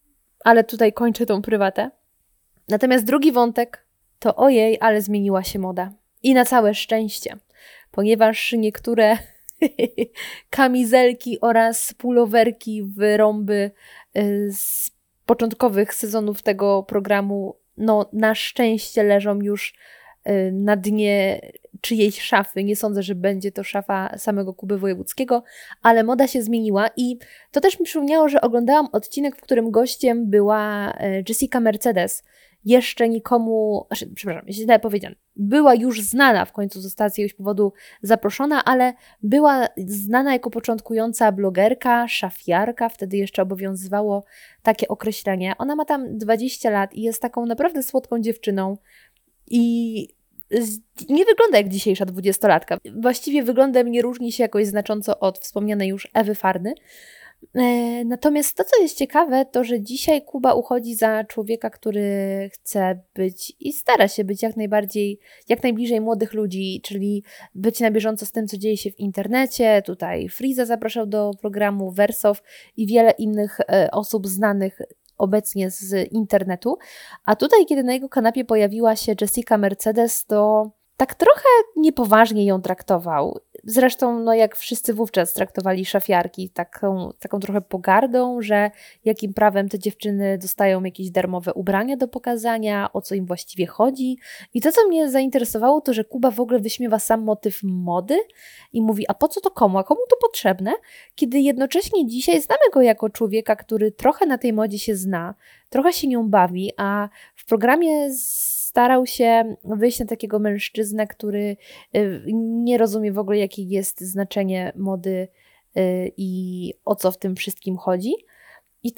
ale tutaj kończę tą prywatę. Natomiast drugi wątek to ojej, ale zmieniła się moda. I na całe szczęście, ponieważ niektóre kamizelki oraz pulowerki, wyrąby z początkowych sezonów tego programu, no na szczęście leżą już na dnie czyjejś szafy. Nie sądzę, że będzie to szafa samego Kuby Wojewódzkiego, ale moda się zmieniła i to też mi przypomniało, że oglądałam odcinek, w którym gościem była Jessica Mercedes. Jeszcze nikomu, przepraszam, źle powiedziane, była już znana, w końcu została z jakiegoś powodu zaproszona, ale była znana jako początkująca blogerka, szafiarka, wtedy jeszcze obowiązywało takie określenie. Ona ma tam 20 lat i jest taką naprawdę słodką dziewczyną i nie wygląda jak dzisiejsza 20-latka. Właściwie wyglądem nie różni się jakoś znacząco od wspomnianej już Ewy Farny. Natomiast to, co jest ciekawe, to, że dzisiaj Kuba uchodzi za człowieka, który chce być i stara się być jak najbliżej młodych ludzi, czyli być na bieżąco z tym, co dzieje się w internecie. Tutaj Freeza zapraszał do programu, Wersow i wiele innych osób znanych obecnie z internetu. A tutaj, kiedy na jego kanapie pojawiła się Jessica Mercedes, to tak trochę niepoważnie ją traktował. Zresztą, no jak wszyscy wówczas traktowali szafiarki, taką trochę pogardą, że jakim prawem te dziewczyny dostają jakieś darmowe ubrania do pokazania, o co im właściwie chodzi. I to, co mnie zainteresowało, to, że Kuba w ogóle wyśmiewa sam motyw mody i mówi, a po co to komu, a komu to potrzebne? Kiedy jednocześnie dzisiaj znamy go jako człowieka, który trochę na tej modzie się zna, trochę się nią bawi, a w programie starał się wyjść na takiego mężczyznę, który nie rozumie w ogóle, jakie jest znaczenie mody i o co w tym wszystkim chodzi. I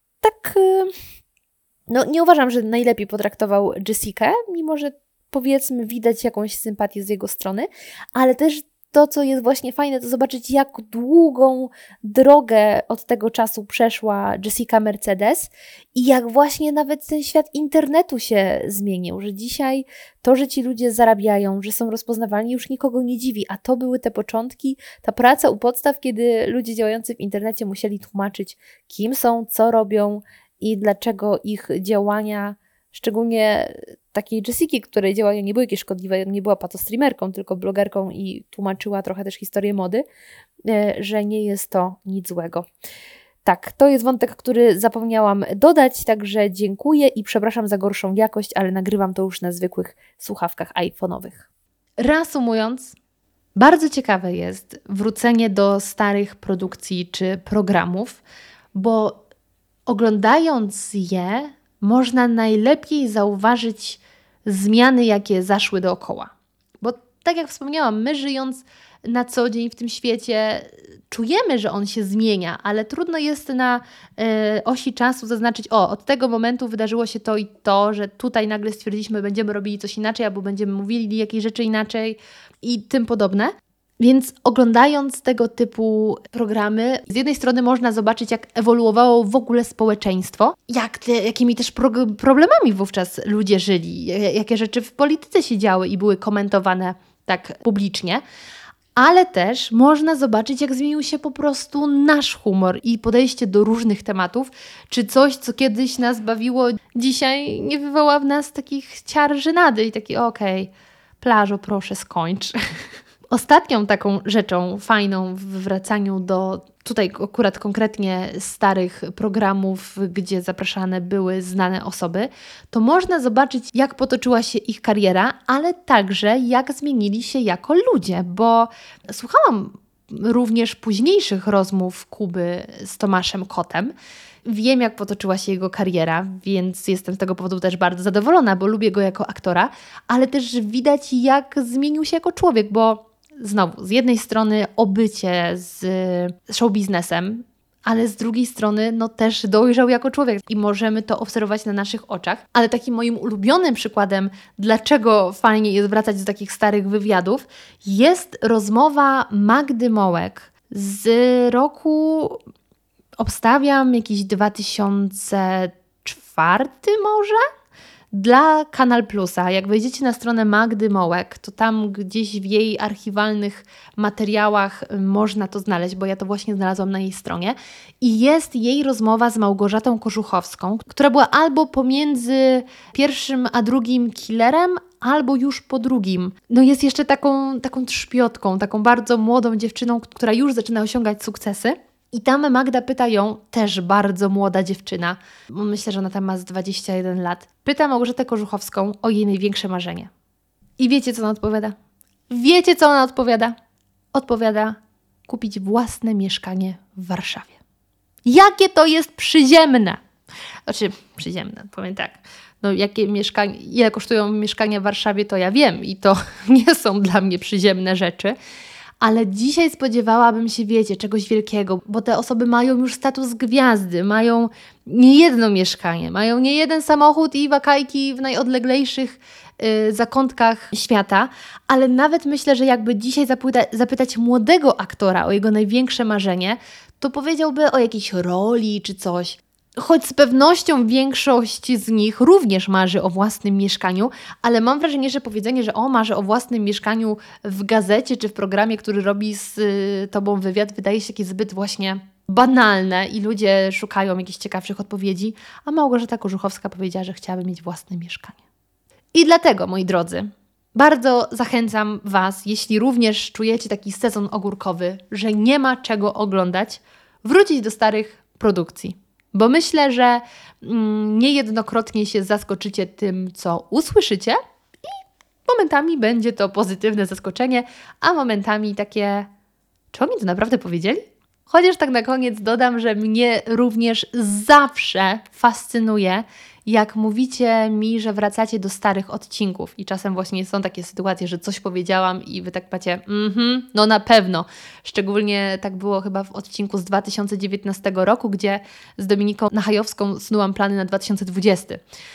no nie uważam, że najlepiej potraktował Jessikę, mimo że powiedzmy widać jakąś sympatię z jego strony, ale też to, co jest właśnie fajne, to zobaczyć, jak długą drogę od tego czasu przeszła Jessica Mercedes i jak właśnie nawet ten świat internetu się zmienił, że dzisiaj to, że ci ludzie zarabiają, że są rozpoznawalni, już nikogo nie dziwi, a to były te początki, ta praca u podstaw, kiedy ludzie działający w internecie musieli tłumaczyć, kim są, co robią i dlaczego ich działania, szczególnie takiej Jessiki, której działania nie były jakieś szkodliwe, nie była patostreamerką, tylko blogerką i tłumaczyła trochę też historię mody, że nie jest to nic złego. Tak, to jest wątek, który zapomniałam dodać, także dziękuję i przepraszam za gorszą jakość, ale nagrywam to już na zwykłych słuchawkach iPhone'owych. Reasumując, bardzo ciekawe jest wrócenie do starych produkcji czy programów, bo oglądając je, można najlepiej zauważyć zmiany, jakie zaszły dookoła. Bo tak jak wspomniałam, my żyjąc na co dzień w tym świecie czujemy, że on się zmienia, ale trudno jest na osi czasu zaznaczyć, od tego momentu wydarzyło się to i to, że tutaj nagle stwierdziliśmy, będziemy robili coś inaczej, albo będziemy mówili jakieś rzeczy inaczej i tym podobne. Więc oglądając tego typu programy, z jednej strony można zobaczyć, jak ewoluowało w ogóle społeczeństwo, jakimi też problemami wówczas ludzie żyli, jakie rzeczy w polityce się działy i były komentowane tak publicznie, ale też można zobaczyć, jak zmienił się po prostu nasz humor i podejście do różnych tematów, czy coś, co kiedyś nas bawiło, dzisiaj nie wywoła w nas takich ciar żenady i taki plażo, proszę, skończ. Ostatnią taką rzeczą fajną w wracaniu do tutaj akurat konkretnie starych programów, gdzie zapraszane były znane osoby, to można zobaczyć, jak potoczyła się ich kariera, ale także jak zmienili się jako ludzie, bo słuchałam również późniejszych rozmów Kuby z Tomaszem Kotem. Wiem, jak potoczyła się jego kariera, więc jestem z tego powodu też bardzo zadowolona, bo lubię go jako aktora, ale też widać, jak zmienił się jako człowiek, bo znowu, z jednej strony obycie z show biznesem, ale z drugiej strony też dojrzał jako człowiek i możemy to obserwować na naszych oczach. Ale takim moim ulubionym przykładem, dlaczego fajnie jest wracać do takich starych wywiadów, jest rozmowa Magdy Mołek z roku, obstawiam, jakiś 2004 może? Dla Kanal Plusa, jak wejdziecie na stronę Magdy Mołek, to tam gdzieś w jej archiwalnych materiałach można to znaleźć, bo ja to właśnie znalazłam na jej stronie. I jest jej rozmowa z Małgorzatą Korzuchowską, która była albo pomiędzy pierwszym a drugim killerem, albo już po drugim. No jest jeszcze taką trzpiotką, taką bardzo młodą dziewczyną, która już zaczyna osiągać sukcesy. I tam Magda pyta ją, też bardzo młoda dziewczyna, bo myślę, że ona tam ma z 21 lat, pyta Małgorzatę Korzuchowską o jej największe marzenie. I wiecie, co ona odpowiada? Wiecie, co ona odpowiada? Odpowiada, kupić własne mieszkanie w Warszawie. Jakie to jest przyziemne! Znaczy, przyziemne, powiem tak. No, ile kosztują mieszkania w Warszawie, to ja wiem i to nie są dla mnie przyziemne rzeczy. Ale dzisiaj spodziewałabym się, wiecie, czegoś wielkiego, bo te osoby mają już status gwiazdy, mają niejedno mieszkanie, mają niejeden samochód i wakajki w najodleglejszych zakątkach świata, ale nawet myślę, że jakby dzisiaj zapytać młodego aktora o jego największe marzenie, to powiedziałby o jakiejś roli czy coś. Choć z pewnością większość z nich również marzy o własnym mieszkaniu, ale mam wrażenie, że powiedzenie, że marzy o własnym mieszkaniu w gazecie czy w programie, który robi z tobą wywiad, wydaje się takie zbyt właśnie banalne i ludzie szukają jakichś ciekawszych odpowiedzi, a Małgorzata Korzuchowska powiedziała, że chciałaby mieć własne mieszkanie. I dlatego, moi drodzy, bardzo zachęcam Was, jeśli również czujecie taki sezon ogórkowy, że nie ma czego oglądać, wrócić do starych produkcji. Bo myślę, że niejednokrotnie się zaskoczycie tym, co usłyszycie i momentami będzie to pozytywne zaskoczenie, a momentami takie, czy oni to naprawdę powiedzieli? Chociaż tak na koniec dodam, że mnie również zawsze fascynuje, jak mówicie mi, że wracacie do starych odcinków i czasem właśnie są takie sytuacje, że coś powiedziałam i Wy tak pacie, no na pewno. Szczególnie tak było chyba w odcinku z 2019 roku, gdzie z Dominiką Nachajowską snułam plany na 2020.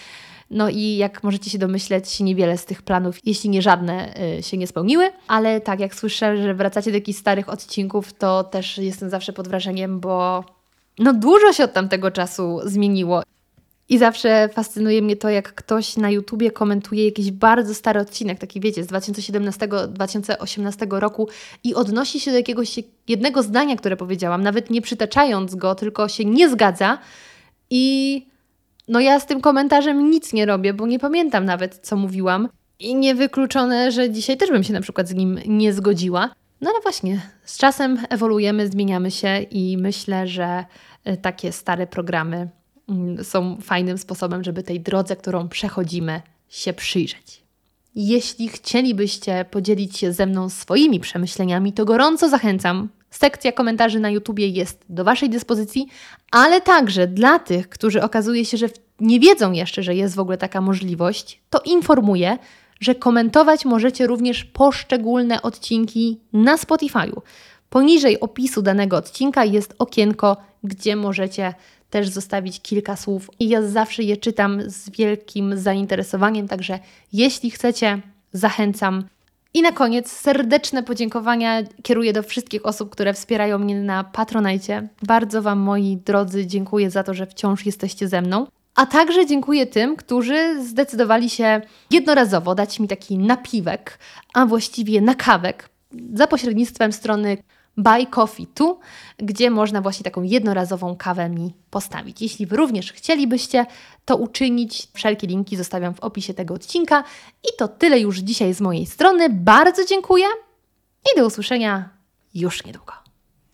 No i jak możecie się domyśleć, niewiele z tych planów, jeśli nie żadne, się nie spełniły. Ale tak, jak słyszę, że wracacie do jakichś starych odcinków, to też jestem zawsze pod wrażeniem, bo no dużo się od tamtego czasu zmieniło. I zawsze fascynuje mnie to, jak ktoś na YouTubie komentuje jakiś bardzo stary odcinek, taki wiecie, z 2017-2018 roku i odnosi się do jakiegoś jednego zdania, które powiedziałam, nawet nie przytaczając go, tylko się nie zgadza. I no ja z tym komentarzem nic nie robię, bo nie pamiętam nawet, co mówiłam. I niewykluczone, że dzisiaj też bym się na przykład z nim nie zgodziła. No ale właśnie, z czasem ewoluujemy, zmieniamy się i myślę, że takie stare programy są fajnym sposobem, żeby tej drodze, którą przechodzimy, się przyjrzeć. Jeśli chcielibyście podzielić się ze mną swoimi przemyśleniami, to gorąco zachęcam. Sekcja komentarzy na YouTubie jest do Waszej dyspozycji, ale także dla tych, którzy okazuje się, że nie wiedzą jeszcze, że jest w ogóle taka możliwość, to informuję, że komentować możecie również poszczególne odcinki na Spotify'u. Poniżej opisu danego odcinka jest okienko, gdzie możecie też zostawić kilka słów i ja zawsze je czytam z wielkim zainteresowaniem, także jeśli chcecie, zachęcam. I na koniec serdeczne podziękowania kieruję do wszystkich osób, które wspierają mnie na Patronite. Bardzo Wam, moi drodzy, dziękuję za to, że wciąż jesteście ze mną. A także dziękuję tym, którzy zdecydowali się jednorazowo dać mi taki napiwek, a właściwie nakawek za pośrednictwem strony Buy Coffee Tu, gdzie można właśnie taką jednorazową kawę mi postawić. Jeśli Wy również chcielibyście to uczynić, wszelkie linki zostawiam w opisie tego odcinka. I to tyle już dzisiaj z mojej strony. Bardzo dziękuję i do usłyszenia już niedługo.